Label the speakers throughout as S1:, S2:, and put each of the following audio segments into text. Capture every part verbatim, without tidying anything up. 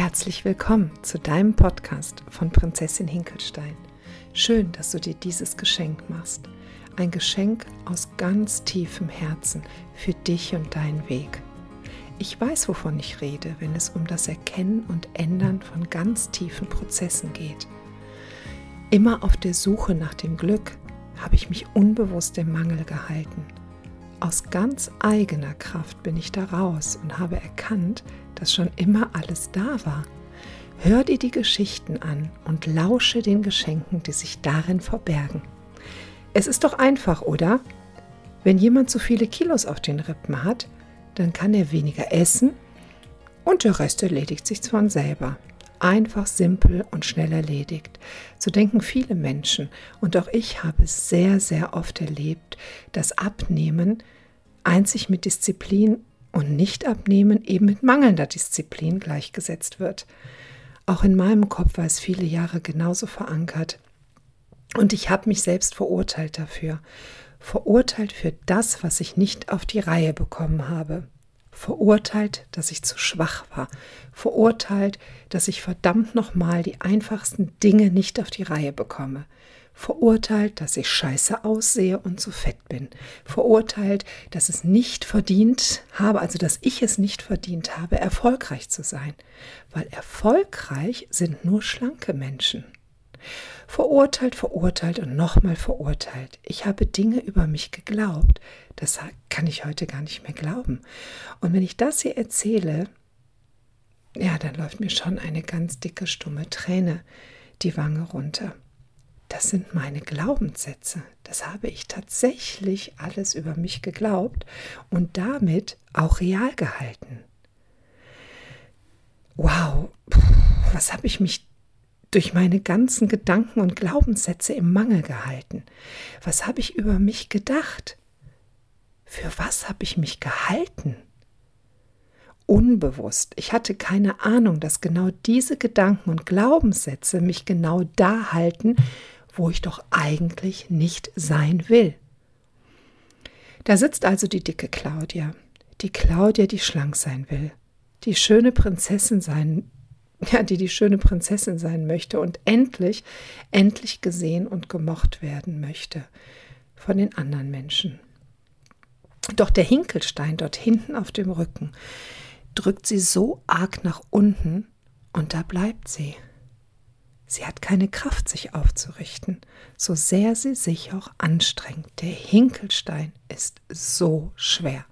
S1: Herzlich willkommen zu deinem Podcast von Prinzessin Hinkelstein. Schön, dass du dir dieses Geschenk machst. Ein Geschenk aus ganz tiefem Herzen für dich und deinen Weg. Ich weiß, wovon ich rede, wenn es um das Erkennen und Ändern von ganz tiefen Prozessen geht. Immer auf der Suche nach dem Glück habe ich mich unbewusst im Mangel gehalten. Aus ganz eigener Kraft bin ich da raus und habe erkannt, dass schon immer alles da war. Hör dir die Geschichten an und lausche den Geschenken, die sich darin verbergen. Es ist doch einfach, oder? Wenn jemand zu viele Kilos auf den Rippen hat, dann kann er weniger essen und der Rest erledigt sich von selber. Einfach, simpel und schnell erledigt. So denken viele Menschen und auch ich habe sehr, sehr oft erlebt, dass Abnehmen einzig mit Disziplin und Nicht-Abnehmen eben mit mangelnder Disziplin gleichgesetzt wird. Auch in meinem Kopf war es viele Jahre genauso verankert und ich habe mich selbst verurteilt dafür. Verurteilt für das, was ich nicht auf die Reihe bekommen habe. Verurteilt, dass ich zu schwach war. Verurteilt, dass ich verdammt nochmal die einfachsten Dinge nicht auf die Reihe bekomme. Verurteilt, dass ich scheiße aussehe und zu fett bin. Verurteilt, dass es nicht verdient habe, also dass ich es nicht verdient habe, erfolgreich zu sein. Weil erfolgreich sind nur schlanke Menschen. Verurteilt, verurteilt und nochmal verurteilt. Ich habe Dinge über mich geglaubt, das kann ich heute gar nicht mehr glauben. Und wenn ich das hier erzähle, ja, dann läuft mir schon eine ganz dicke, stumme Träne die Wange runter. Das sind meine Glaubenssätze. Das habe ich tatsächlich alles über mich geglaubt und damit auch real gehalten. Wow, was habe ich mich durch meine ganzen Gedanken und Glaubenssätze im Mangel gehalten? Was habe ich über mich gedacht? Für was habe ich mich gehalten? Unbewusst. Ich hatte keine Ahnung, dass genau diese Gedanken und Glaubenssätze mich genau da halten, wo ich doch eigentlich nicht sein will. Da sitzt also die dicke Claudia. Die Claudia, die schlank sein will. Die schöne Prinzessin sein Ja, die die schöne Prinzessin sein möchte und endlich, endlich gesehen und gemocht werden möchte von den anderen Menschen. Doch der Hinkelstein dort hinten auf dem Rücken drückt sie so arg nach unten und da bleibt sie. Sie hat keine Kraft, sich aufzurichten, so sehr sie sich auch anstrengt. Der Hinkelstein ist so schwer.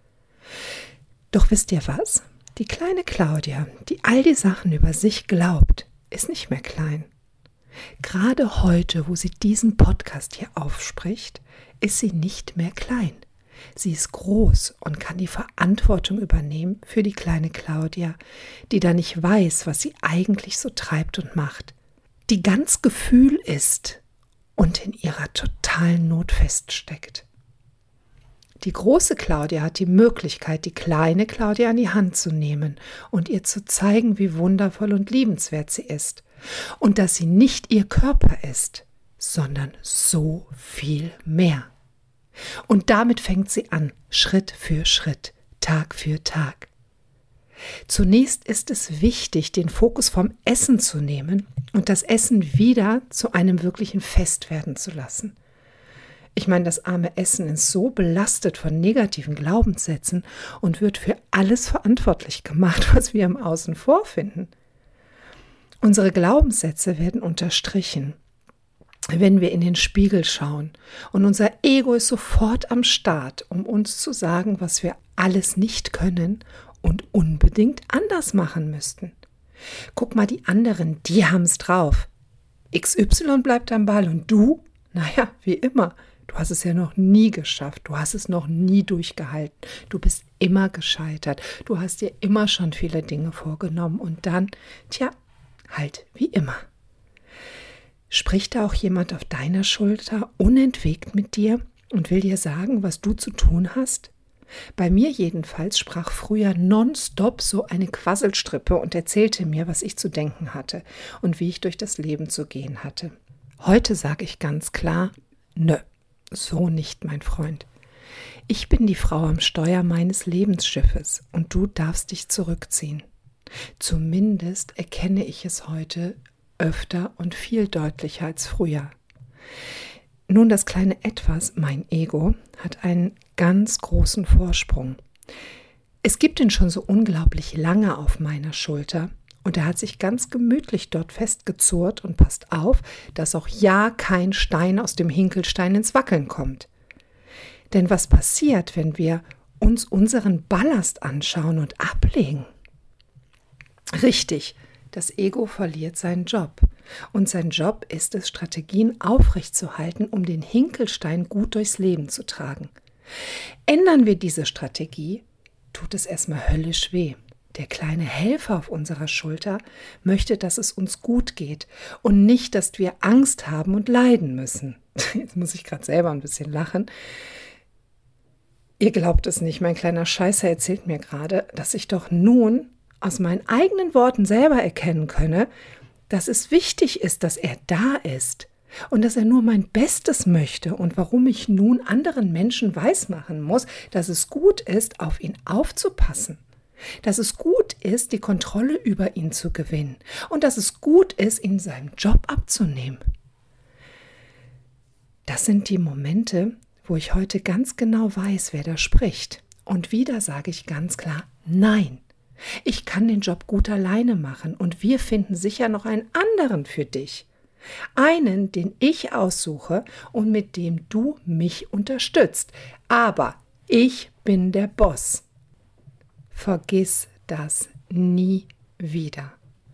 S1: Doch wisst ihr was? Die kleine Claudia, die all die Sachen über sich glaubt, ist nicht mehr klein. Gerade heute, wo sie diesen Podcast hier aufspricht, ist sie nicht mehr klein. Sie ist groß und kann die Verantwortung übernehmen für die kleine Claudia, die da nicht weiß, was sie eigentlich so treibt und macht, die ganz Gefühl ist und in ihrer totalen Not feststeckt. Die große Claudia hat die Möglichkeit, die kleine Claudia an die Hand zu nehmen und ihr zu zeigen, wie wundervoll und liebenswert sie ist. Und dass sie nicht ihr Körper ist, sondern so viel mehr. Und damit fängt sie an, Schritt für Schritt, Tag für Tag. Zunächst ist es wichtig, den Fokus vom Essen zu nehmen und das Essen wieder zu einem wirklichen Fest werden zu lassen. Ich meine, das arme Essen ist so belastet von negativen Glaubenssätzen und wird für alles verantwortlich gemacht, was wir im Außen vorfinden. Unsere Glaubenssätze werden unterstrichen, wenn wir in den Spiegel schauen. Und unser Ego ist sofort am Start, um uns zu sagen, was wir alles nicht können und unbedingt anders machen müssten. Guck mal, die anderen, die haben es drauf. X Y bleibt am Ball und du? Naja, wie immer. Du hast es ja noch nie geschafft, du hast es noch nie durchgehalten, du bist immer gescheitert, du hast dir immer schon viele Dinge vorgenommen und dann, tja, halt wie immer. Spricht da auch jemand auf deiner Schulter unentwegt mit dir und will dir sagen, was du zu tun hast? Bei mir jedenfalls sprach früher nonstop so eine Quasselstrippe und erzählte mir, was ich zu denken hatte und wie ich durch das Leben zu gehen hatte. Heute sage ich ganz klar, nö. So nicht, mein Freund. Ich bin die Frau am Steuer meines Lebensschiffes und du darfst dich zurückziehen. Zumindest erkenne ich es heute öfter und viel deutlicher als früher. Nun, das kleine Etwas, mein Ego, hat einen ganz großen Vorsprung. Es gibt ihn schon so unglaublich lange auf meiner Schulter und er hat sich ganz gemütlich dort festgezurrt und passt auf, dass auch ja kein Stein aus dem Hinkelstein ins Wackeln kommt. Denn was passiert, wenn wir uns unseren Ballast anschauen und ablegen? Richtig, das Ego verliert seinen Job. Und sein Job ist es, Strategien aufrechtzuerhalten, um den Hinkelstein gut durchs Leben zu tragen. Ändern wir diese Strategie, tut es erstmal höllisch weh. Der kleine Helfer auf unserer Schulter möchte, dass es uns gut geht und nicht, dass wir Angst haben und leiden müssen. Jetzt muss ich gerade selber ein bisschen lachen. Ihr glaubt es nicht, mein kleiner Scheißer erzählt mir gerade, dass ich doch nun aus meinen eigenen Worten selber erkennen könne, dass es wichtig ist, dass er da ist und dass er nur mein Bestes möchte und warum ich nun anderen Menschen weismachen muss, dass es gut ist, auf ihn aufzupassen, dass es gut ist, die Kontrolle über ihn zu gewinnen und dass es gut ist, ihn seinen Job abzunehmen. Das sind die Momente, wo ich heute ganz genau weiß, wer da spricht. Und wieder sage ich ganz klar, nein. Ich kann den Job gut alleine machen und wir finden sicher noch einen anderen für dich. Einen, den ich aussuche und mit dem du mich unterstützt. Aber ich bin der Boss. Vergiss das nie wieder.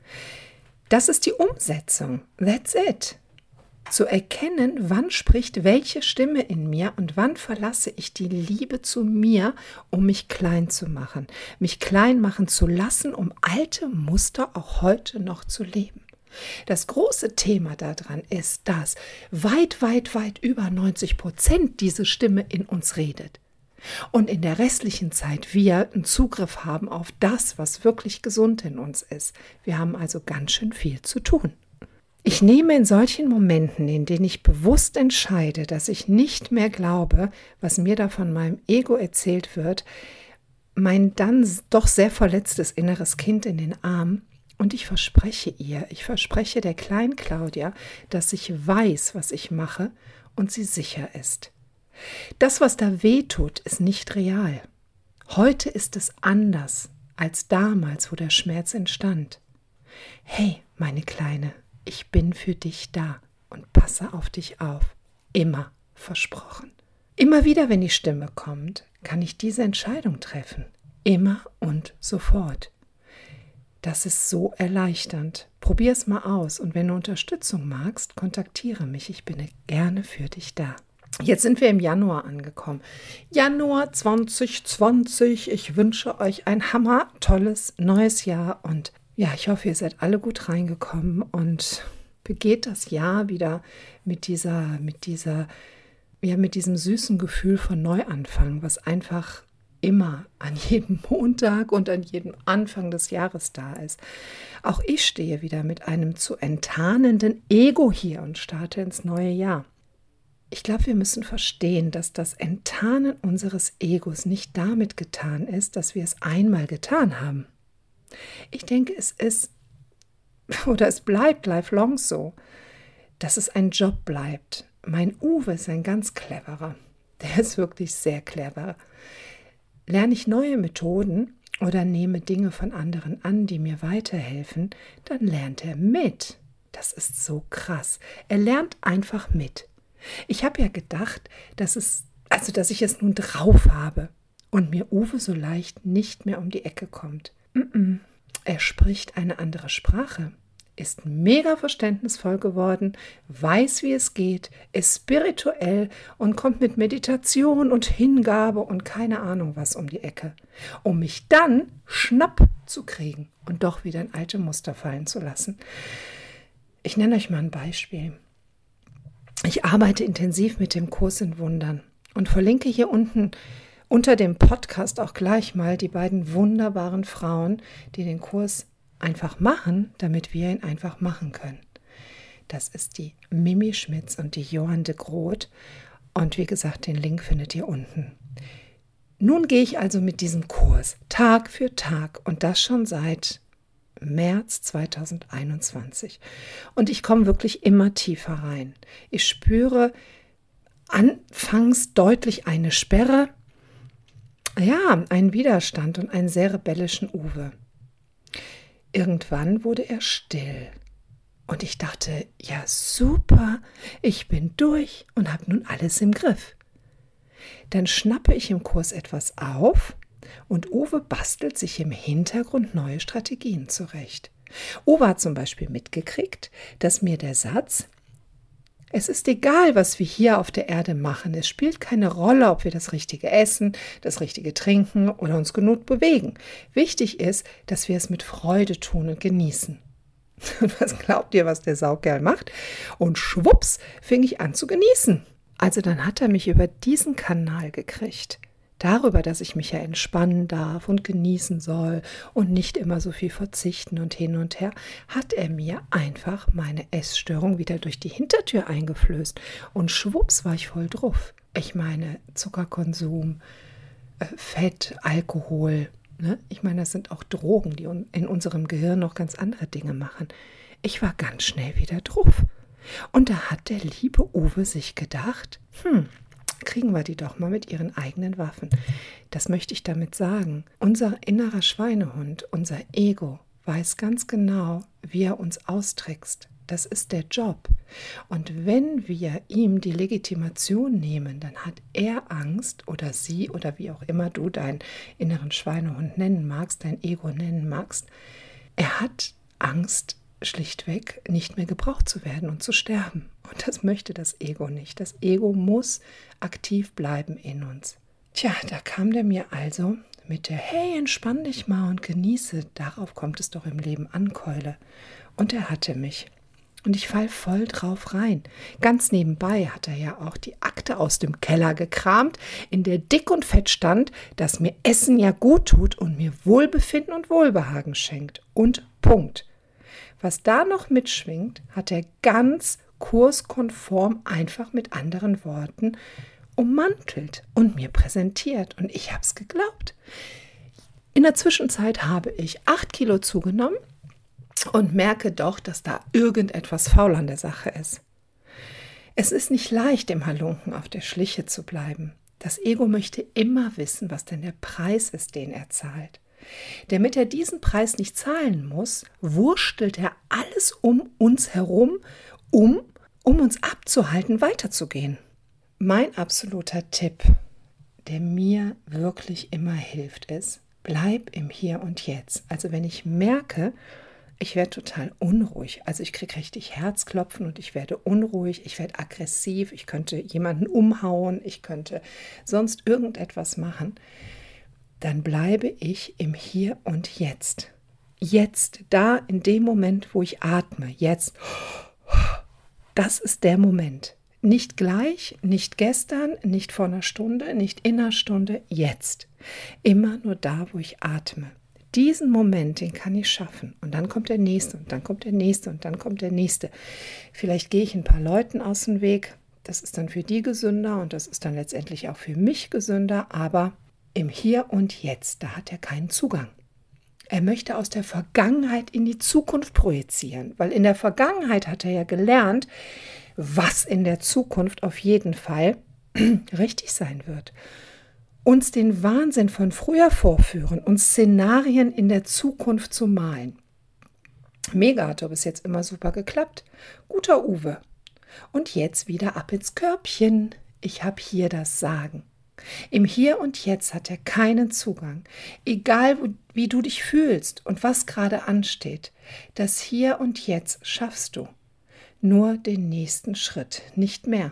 S1: Das ist die Umsetzung. That's it. Zu erkennen, wann spricht welche Stimme in mir und wann verlasse ich die Liebe zu mir, um mich klein zu machen, mich klein machen zu lassen, um alte Muster auch heute noch zu leben. Das große Thema daran ist, dass weit, weit, weit über neunzig Prozent diese Stimme in uns redet. Und in der restlichen Zeit wir einen Zugriff haben auf das, was wirklich gesund in uns ist. Wir haben also ganz schön viel zu tun. Ich nehme in solchen Momenten, in denen ich bewusst entscheide, dass ich nicht mehr glaube, was mir da von meinem Ego erzählt wird, mein dann doch sehr verletztes inneres Kind in den Arm und ich verspreche ihr, ich verspreche der kleinen Claudia, dass ich weiß, was ich mache und sie sicher ist. Das, was da weh tut, ist nicht real. Heute ist es anders als damals, wo der Schmerz entstand. Hey, meine Kleine, ich bin für dich da und passe auf dich auf. Immer versprochen. Immer wieder, wenn die Stimme kommt, kann ich diese Entscheidung treffen. Immer und sofort. Das ist so erleichternd. Probier es mal aus und wenn du Unterstützung magst, kontaktiere mich. Ich bin gerne für dich da. Jetzt sind wir im Januar angekommen. Januar zwanzig zwanzig. Ich wünsche euch ein hammertolles neues Jahr und ja, ich hoffe, ihr seid alle gut reingekommen und begeht das Jahr wieder mit dieser, mit dieser, ja, mit diesem süßen Gefühl von Neuanfang, was einfach immer an jedem Montag und an jedem Anfang des Jahres da ist. Auch ich stehe wieder mit einem zu enttarnenden Ego hier und starte ins neue Jahr. Ich glaube, wir müssen verstehen, dass das Enttarnen unseres Egos nicht damit getan ist, dass wir es einmal getan haben. Ich denke, es ist, oder es bleibt lifelong so, dass es ein Job bleibt. Mein Uwe ist ein ganz cleverer. Der ist wirklich sehr clever. Lerne ich neue Methoden oder nehme Dinge von anderen an, die mir weiterhelfen, dann lernt er mit. Das ist so krass. Er lernt einfach mit. Ich habe ja gedacht, dass es, also dass ich es nun drauf habe und mir Uwe so leicht nicht mehr um die Ecke kommt. Mm-mm. Er spricht eine andere Sprache, ist mega verständnisvoll geworden, weiß, wie es geht, ist spirituell und kommt mit Meditation und Hingabe und keine Ahnung was um die Ecke, um mich dann schnapp zu kriegen und doch wieder in alte Muster fallen zu lassen. Ich nenne euch mal ein Beispiel. Ich arbeite intensiv mit dem Kurs in Wundern und verlinke hier unten unter dem Podcast auch gleich mal die beiden wunderbaren Frauen, die den Kurs einfach machen, damit wir ihn einfach machen können. Das ist die Mimi Schmitz und die Johann de Groot. Und wie gesagt, den Link findet ihr unten. Nun gehe ich also mit diesem Kurs Tag für Tag und das schon seit März zweitausendeinundzwanzig. Und ich komme wirklich immer tiefer rein. Ich spüre anfangs deutlich eine Sperre, ja, einen Widerstand und einen sehr rebellischen Uwe. Irgendwann wurde er still. Und ich dachte, ja super, ich bin durch und habe nun alles im Griff. Dann schnappe ich im Kurs etwas auf und Uwe bastelt sich im Hintergrund neue Strategien zurecht. Uwe hat zum Beispiel mitgekriegt, dass mir der Satz, es ist egal, was wir hier auf der Erde machen, es spielt keine Rolle, ob wir das Richtige essen, das Richtige trinken oder uns genug bewegen. Wichtig ist, dass wir es mit Freude tun und genießen. Und was glaubt ihr, was der Saukerl macht? Und schwupps, fing ich an zu genießen. Also dann hat er mich über diesen Kanal gekriegt. Darüber, dass ich mich ja entspannen darf und genießen soll und nicht immer so viel verzichten und hin und her, hat er mir einfach meine Essstörung wieder durch die Hintertür eingeflößt. Und schwupps war ich voll drauf. Ich meine, Zuckerkonsum, äh, Fett, Alkohol, ne? Ich meine, das sind auch Drogen, die in unserem Gehirn noch ganz andere Dinge machen. Ich war ganz schnell wieder drauf. Und da hat der liebe Uwe sich gedacht, hm, kriegen wir die doch mal mit ihren eigenen Waffen. Das möchte ich damit sagen. Unser innerer Schweinehund, unser Ego, weiß ganz genau, wie er uns austrickst. Das ist der Job. Und wenn wir ihm die Legitimation nehmen, dann hat er Angst oder sie oder wie auch immer du deinen inneren Schweinehund nennen magst, dein Ego nennen magst. Er hat Angst, schlichtweg nicht mehr gebraucht zu werden und zu sterben. Und das möchte das Ego nicht. Das Ego muss aktiv bleiben in uns. Tja, da kam der mir also mit der Hey, entspann dich mal und genieße, darauf kommt es doch im Leben an, Keule. Und er hatte mich. Und ich fall voll drauf rein. Ganz nebenbei hat er ja auch die Akte aus dem Keller gekramt, in der dick und fett stand, dass mir Essen ja gut tut und mir Wohlbefinden und Wohlbehagen schenkt. Und Punkt. Was da noch mitschwingt, hat er ganz kurskonform einfach mit anderen Worten ummantelt und mir präsentiert. Und ich habe es geglaubt. In der Zwischenzeit habe ich acht Kilo zugenommen und merke doch, dass da irgendetwas faul an der Sache ist. Es ist nicht leicht, dem Halunken auf der Schliche zu bleiben. Das Ego möchte immer wissen, was denn der Preis ist, den er zahlt. Damit er diesen Preis nicht zahlen muss, wurstelt er alles um uns herum, um, um uns abzuhalten, weiterzugehen. Mein absoluter Tipp, der mir wirklich immer hilft, ist, bleib im Hier und Jetzt. Also wenn ich merke, ich werde total unruhig, also ich kriege richtig Herzklopfen und ich werde unruhig, ich werde aggressiv, ich könnte jemanden umhauen, ich könnte sonst irgendetwas machen, dann bleibe ich im Hier und Jetzt. Jetzt, da in dem Moment, wo ich atme, jetzt, das ist der Moment. Nicht gleich, nicht gestern, nicht vor einer Stunde, nicht in einer Stunde, jetzt. Immer nur da, wo ich atme. Diesen Moment, den kann ich schaffen. Und dann kommt der nächste und dann kommt der nächste und dann kommt der nächste. Vielleicht gehe ich ein paar Leuten aus dem Weg. Das ist dann für die gesünder und das ist dann letztendlich auch für mich gesünder. Aber im Hier und Jetzt, da hat er keinen Zugang. Er möchte aus der Vergangenheit in die Zukunft projizieren, weil in der Vergangenheit hat er ja gelernt, was in der Zukunft auf jeden Fall richtig sein wird. Uns den Wahnsinn von früher vorführen und Szenarien in der Zukunft zu malen. Mega, hat doch bis jetzt immer super geklappt. Guter Uwe. Und jetzt wieder ab ins Körbchen. Ich habe hier das Sagen. Im Hier und Jetzt hat er keinen Zugang. Egal, wie du dich fühlst und was gerade ansteht, das Hier und Jetzt schaffst du. Nur den nächsten Schritt, nicht mehr.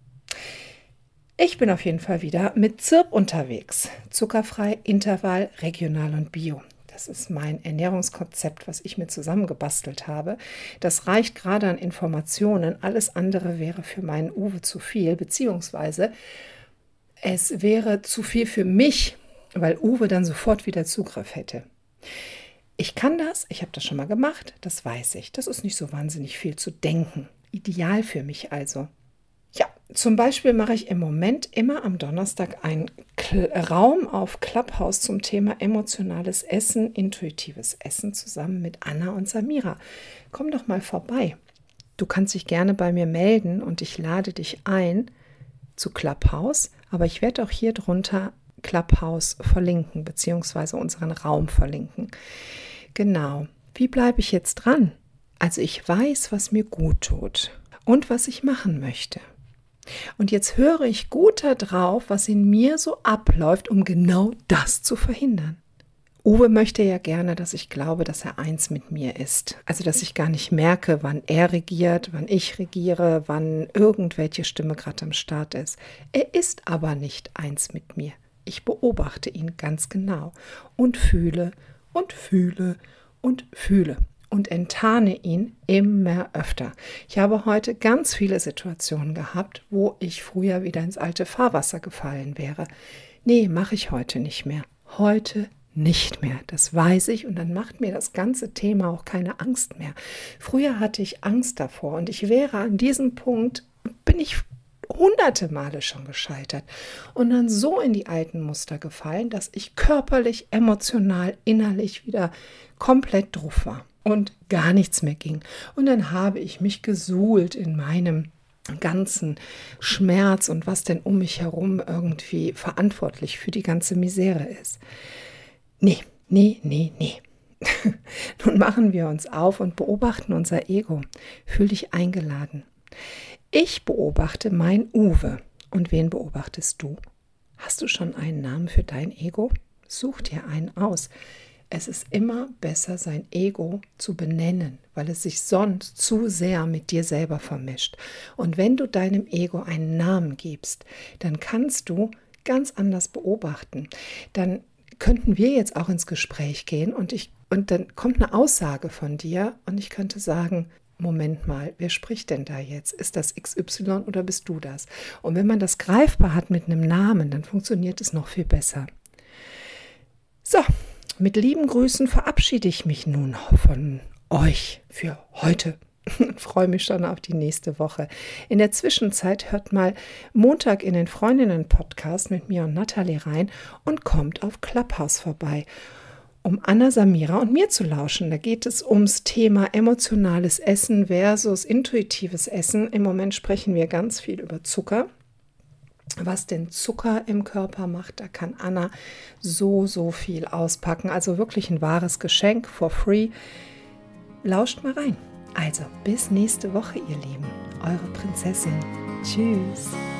S1: Ich bin auf jeden Fall wieder mit Zirp unterwegs. Zuckerfrei, Intervall, regional und bio. Das ist mein Ernährungskonzept, was ich mir zusammengebastelt habe. Das reicht gerade an Informationen. Alles andere wäre für meinen Uwe zu viel, beziehungsweise es wäre zu viel für mich, weil Uwe dann sofort wieder Zugriff hätte. Ich kann das, ich habe das schon mal gemacht, das weiß ich. Das ist nicht so wahnsinnig viel zu denken. Ideal für mich also. Ja, Zum Beispiel mache ich im Moment immer am Donnerstag einen Raum auf Clubhouse zum Thema emotionales Essen, intuitives Essen zusammen mit Anna und Samira. Komm doch mal vorbei. Du kannst dich gerne bei mir melden und ich lade dich ein zu Clubhouse, aber ich werde auch hier drunter Clubhouse verlinken, beziehungsweise unseren Raum verlinken. Genau. Wie bleibe ich jetzt dran? Also ich weiß, was mir gut tut und was ich machen möchte. Und jetzt höre ich gut darauf, was in mir so abläuft, um genau das zu verhindern. Uwe möchte ja gerne, dass ich glaube, dass er eins mit mir ist. Also, dass ich gar nicht merke, wann er regiert, wann ich regiere, wann irgendwelche Stimme gerade am Start ist. Er ist aber nicht eins mit mir. Ich beobachte ihn ganz genau und fühle und fühle und fühle. Und enttarne ihn immer öfter. Ich habe heute ganz viele Situationen gehabt, wo ich früher wieder ins alte Fahrwasser gefallen wäre. Nee, mache ich heute nicht mehr. Heute nicht mehr. Das weiß ich und dann macht mir das ganze Thema auch keine Angst mehr. Früher hatte ich Angst davor und ich wäre an diesem Punkt, bin ich hunderte Male schon gescheitert und dann so in die alten Muster gefallen, dass ich körperlich, emotional, innerlich wieder komplett drauf war. Und gar nichts mehr ging. Und dann habe ich mich gesuhlt in meinem ganzen Schmerz und was denn um mich herum irgendwie verantwortlich für die ganze Misere ist. Nee, nee, nee, nee. Nun machen wir uns auf und beobachten unser Ego. Fühl dich eingeladen. Ich beobachte mein Uwe. Und wen beobachtest du? Hast du schon einen Namen für dein Ego? Such dir einen aus. Es ist immer besser, sein Ego zu benennen, weil es sich sonst zu sehr mit dir selber vermischt. Und wenn du deinem Ego einen Namen gibst, dann kannst du ganz anders beobachten. Dann könnten wir jetzt auch ins Gespräch gehen und, ich, und dann kommt eine Aussage von dir und ich könnte sagen, Moment mal, wer spricht denn da jetzt? Ist das X Y oder bist du das? Und wenn man das greifbar hat mit einem Namen, dann funktioniert es noch viel besser. So. Mit lieben Grüßen verabschiede ich mich nun von euch für heute und freue mich schon auf die nächste Woche. In der Zwischenzeit hört mal Montag in den Freundinnen-Podcast mit mir und Nathalie rein und kommt auf Clubhouse vorbei, um Anna, Samira und mir zu lauschen. Da geht es ums Thema emotionales Essen versus intuitives Essen. Im Moment sprechen wir ganz viel über Zucker. Was den Zucker im Körper macht, da kann Anna so, so viel auspacken. Also wirklich ein wahres Geschenk for free. Lauscht mal rein. Also bis nächste Woche, ihr Lieben. Eure Prinzessin. Tschüss.